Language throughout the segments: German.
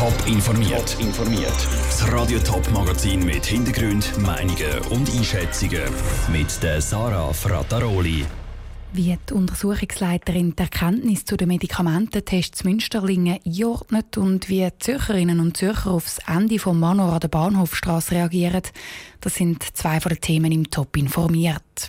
Top informiert. Das Radio Top Magazin mit Hintergrund, Meinungen und Einschätzungen mit der Sarah Frataroli. Wie die Untersuchungsleiterin die Erkenntnis zu den Medikamententests Münsterlingen einordnet und wie die Zürcherinnen und Zürcher aufs Ende vom Manor an der Bahnhofstrasse reagieren, das sind zwei von den Themen im Top informiert.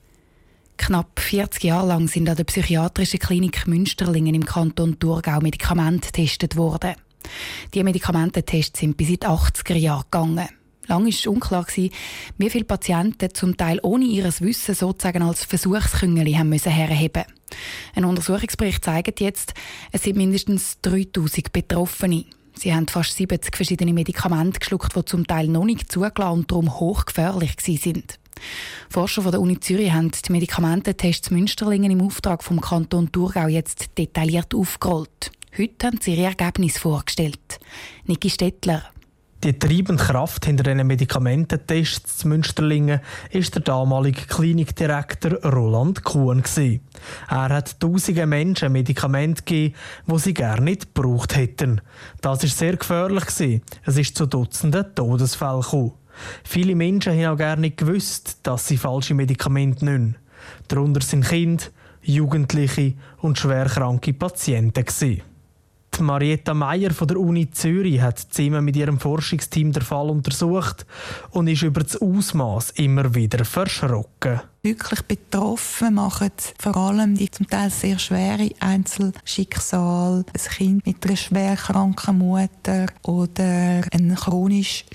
Knapp 40 Jahre lang sind an der psychiatrischen Klinik Münsterlingen im Kanton Thurgau Medikamente getestet worden. Die Medikamententests sind bis in die 80er Jahre gegangen. Lange war unklar, wie viele Patienten zum Teil ohne ihr Wissen sozusagen als Versuchsküngeli haben herheben. Ein Untersuchungsbericht zeigt jetzt, es sind mindestens 3000 Betroffene. Sie haben fast 70 verschiedene Medikamente geschluckt, die zum Teil noch nicht zugelassen und darum hochgefährlich waren. Forscher von der Uni Zürich haben die Medikamententests Münsterlingen im Auftrag vom Kanton Thurgau jetzt detailliert aufgerollt. Heute haben sie ihre Ergebnisse vorgestellt. Niki Stettler. Die treibende Kraft hinter diesen Medikamententests zu Münsterlingen ist der damalige Klinikdirektor Roland Kuhn. Er hat tausende Menschen Medikamente gegeben, die sie gerne nicht gebraucht hätten. Das war sehr gefährlich. Es ist zu Dutzenden Todesfällen gekommen. Viele Menschen haben auch gerne nicht gewusst, dass sie falsche Medikamente nehmen. Darunter sind Kinder, Jugendliche und schwerkranke Patienten. Die Marietta Meyer von der Uni Zürich hat zusammen mit ihrem Forschungsteam den Fall untersucht und ist über das Ausmaß immer wieder verschrocken. Wirklich betroffen machen vor allem die zum Teil sehr schwere Einzelschicksale, ein Kind mit einer schwer kranken Mutter oder ein chronisch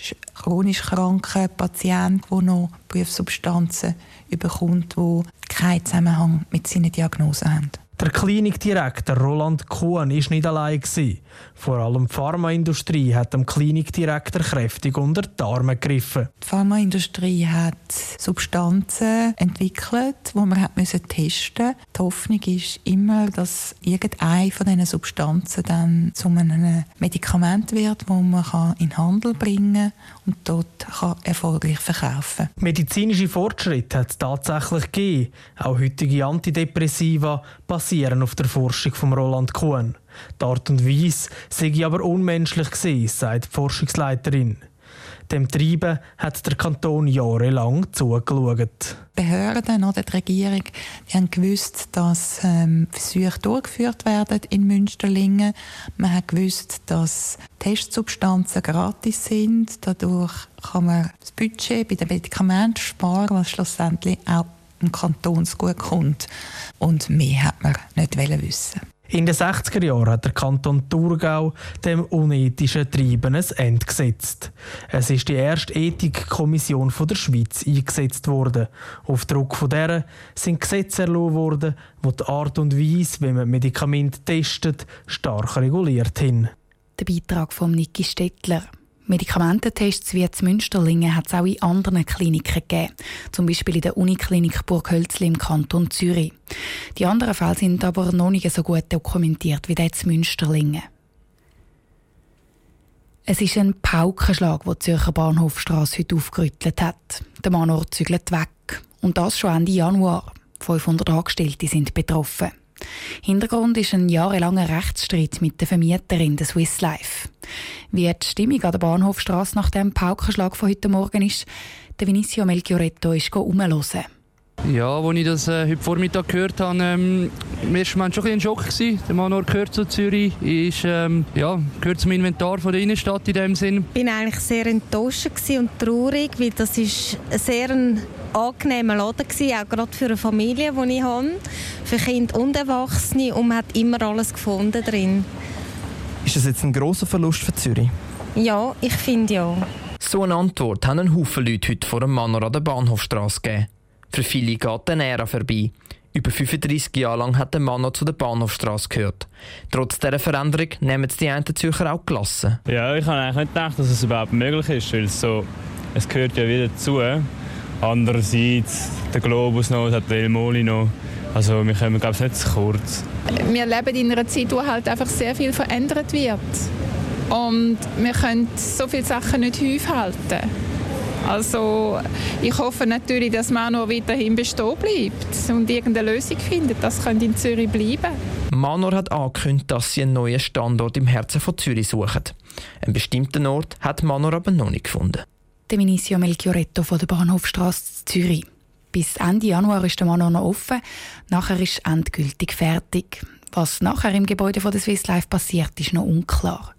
kranker Patient, der noch Prüfsubstanzen bekommt, die keinen Zusammenhang mit seinen Diagnosen haben. Der Klinikdirektor Roland Kuhn war nicht allein. Vor allem die Pharmaindustrie hat dem Klinikdirektor kräftig unter die Arme gegriffen. Die Pharmaindustrie hat Substanzen entwickelt, die man testen musste. Die Hoffnung ist immer, dass irgendeine von diesen Substanzen dann zu einem Medikament wird, das man in den Handel bringen kann und dort erfolgreich verkaufen kann. Medizinische Fortschritte hat es tatsächlich gegeben. Auch heutige Antidepressiva basieren auf der Forschung von Roland Kuhn. Die Art und Weise sei aber unmenschlich gewesen, sagt die Forschungsleiterin. Dem Treiben hat der Kanton jahrelang zugeschaut. Die Behörden oder die Regierung haben gewusst, dass Versuche durchgeführt werden in Münsterlingen. Man hat gewusst, dass Testsubstanzen gratis sind. Dadurch kann man das Budget bei den Medikamenten sparen, was schlussendlich auch dem Kanton gut kommt. Und mehr hat man nicht wissen. In den 60er Jahren hat der Kanton Thurgau dem unethischen Treiben ein Ende gesetzt. Es ist die erste Ethikkommission der Schweiz eingesetzt worden. Auf Druck von der sind Gesetze erlassen worden, die die Art und Weise, wie man Medikamente testet, stark reguliert haben. Der Beitrag von Niki Stettler. Medikamententests wie in Münsterlingen hat es auch in anderen Kliniken gegeben, zum Beispiel in der Uniklinik Burghölzli im Kanton Zürich. Die anderen Fälle sind aber noch nicht so gut dokumentiert wie der in Münsterlingen. Es ist ein Paukenschlag, der die Zürcher Bahnhofstrasse heute aufgerüttelt hat. Der Manor zügelt weg. Und das schon Ende Januar. 500 Angestellte sind betroffen. Hintergrund ist ein jahrelanger Rechtsstreit mit der Vermieterin der Swiss Life. Wie die Stimmung an der Bahnhofstrasse nach dem Paukenschlag von heute Morgen ist, der Vinicio Melchioretto ist umhören. Ja, als ich das heute Vormittag gehört habe, im ersten Moment schon ein Schock gewesen. Der Manor gehört zu Zürich, gehört zum Inventar von der Innenstadt in dem Sinn. Ich war eigentlich sehr enttäuscht und traurig, weil das ist ein sehr angenehmer Laden war, auch gerade für eine Familie, die ich habe, für Kinder und Erwachsene, und man hat immer alles gefunden drin. Ist das jetzt ein grosser Verlust für Zürich? Ja, ich finde ja. So eine Antwort haben ein Haufen Leute heute vor dem Manor an der Bahnhofstrasse gegeben. Für viele geht eine Ära vorbei. Über 35 Jahre lang hat der Manor zu der Bahnhofstrasse gehört. Trotz dieser Veränderung nehmen es die einen Zürcher auch gelassen. Ja, ich habe eigentlich nicht gedacht, dass es überhaupt möglich ist, weil es gehört ja wieder dazu. Andererseits der Globus noch, das El Moli noch. Also wir kommen, glaube ich, nicht zu kurz. Wir leben in einer Zeit, wo halt einfach sehr viel verändert wird. Und wir können so viele Sachen nicht aufhalten. Also ich hoffe natürlich, dass man noch weiterhin bestehen bleibt und irgendeine Lösung findet. Das könnte in Zürich bleiben. Manor hat angekündigt, dass sie einen neuen Standort im Herzen von Zürich suchen. Einen bestimmten Ort hat Manor aber noch nicht gefunden. Der Vinicio Melchioretto von der Bahnhofstrasse Zürich. Bis Ende Januar ist der Manor noch offen, nachher ist endgültig fertig. Was nachher im Gebäude von der Swiss Life passiert, ist noch unklar.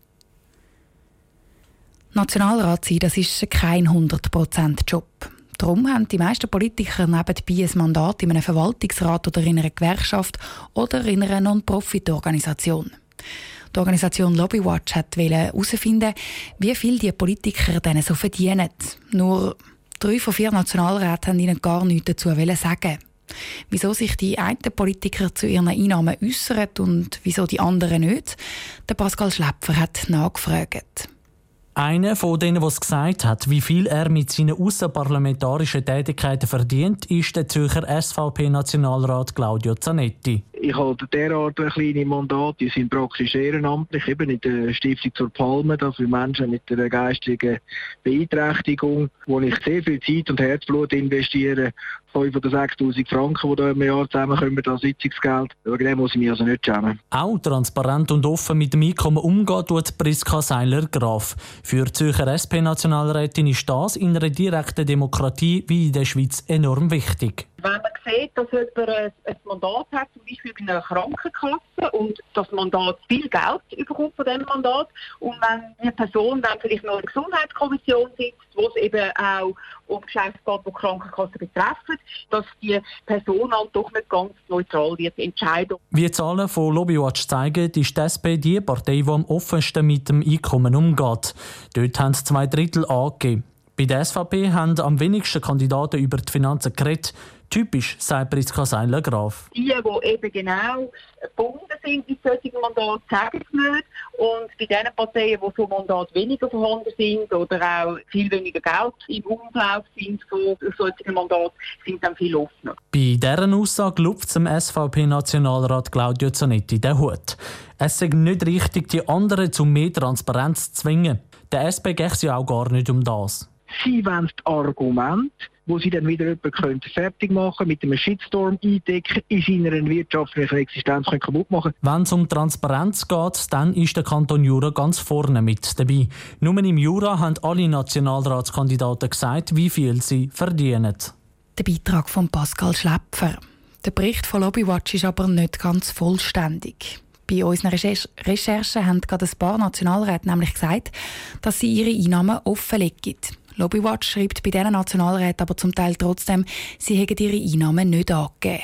Nationalrat sein, das ist kein 100%-Job. Darum haben die meisten Politiker nebenbei ein Mandat in einem Verwaltungsrat oder in einer Gewerkschaft oder in einer Non-Profit-Organisation. Die Organisation Lobbywatch wollte herausfinden, wie viel die Politiker denen so verdienen. Nur 3 von 4 Nationalräten haben ihnen gar nichts dazu sagen. Wieso sich die einen Politiker zu ihren Einnahmen äußern und wieso die anderen nicht? Der Pascal Schläpfer hat nachgefragt. Einer von denen, der es gesagt hat, wie viel er mit seinen ausserparlamentarischen Tätigkeiten verdient, ist der Zürcher SVP-Nationalrat Claudio Zanetti. Ich habe derart kleine Mandate, die sind praktisch ehrenamtlich, eben in der Stiftung zur Palme, für Menschen mit einer geistigen Beeinträchtigung, wo ich sehr viel Zeit und Herzblut investiere. 5.000 oder 6.000 Franken, die da im Jahr zusammenkommen als Sitzungsgeld. Wegen dem muss ich mich also nicht schämen. Auch transparent und offen mit dem Einkommen umgehen tut Priska Seiler-Graf. Für die Zürcher SP-Nationalrätin ist das in einer direkten Demokratie wie in der Schweiz enorm wichtig. Wenn man sieht, dass jemand ein Mandat hat, zum Beispiel bei einer Krankenkasse, und das Mandat viel Geld bekommt von diesem Mandat, und wenn eine Person dann vielleicht noch in der Gesundheitskommission sitzt, wo es eben auch um Geschäfte geht, die Krankenkassen betreffen, dass die Person halt doch nicht ganz neutral wird entscheiden. Wie die Zahlen von Lobbywatch zeigen, ist die SP die Partei, die am offensten mit dem Einkommen umgeht. Dort haben 2/3 angegeben. Bei der SVP haben am wenigsten Kandidaten über die Finanzen geredet. Typisch, sagt Priska Seiler-Graf. Die eben genau gebunden sind mit solchen Mandaten, sagen es nicht. Und bei den Parteien, die so Mandate weniger vorhanden sind oder auch viel weniger Geld im Umlauf sind von solchen Mandaten, sind dann viel offener. Bei dieser Aussage lupft dem SVP-Nationalrat Claudio Zanetti den Hut. Es sei nicht richtig, die anderen zu mehr Transparenz zu zwingen. Der SP geht es ja auch gar nicht um das. Sie wollen das Argument, wo sie dann wieder jemanden fertig machen mit einem Shitstorm eindecken, in seiner wirtschaftlichen Existenz kaputt machen. Wenn es um Transparenz geht, dann ist der Kanton Jura ganz vorne mit dabei. Nur im Jura haben alle Nationalratskandidaten gesagt, wie viel sie verdienen. Der Beitrag von Pascal Schläpfer. Der Bericht von Lobbywatch ist aber nicht ganz vollständig. Bei unseren Recherchen haben gerade ein paar Nationalräte nämlich gesagt, dass sie ihre Einnahmen offenlegen. Lobbywatch schreibt bei diesen Nationalräten aber zum Teil trotzdem, sie hätten ihre Einnahmen nicht angegeben.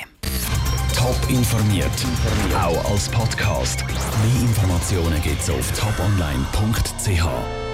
Top informiert, auch als Podcast. Mehr Informationen gibt es auf toponline.ch.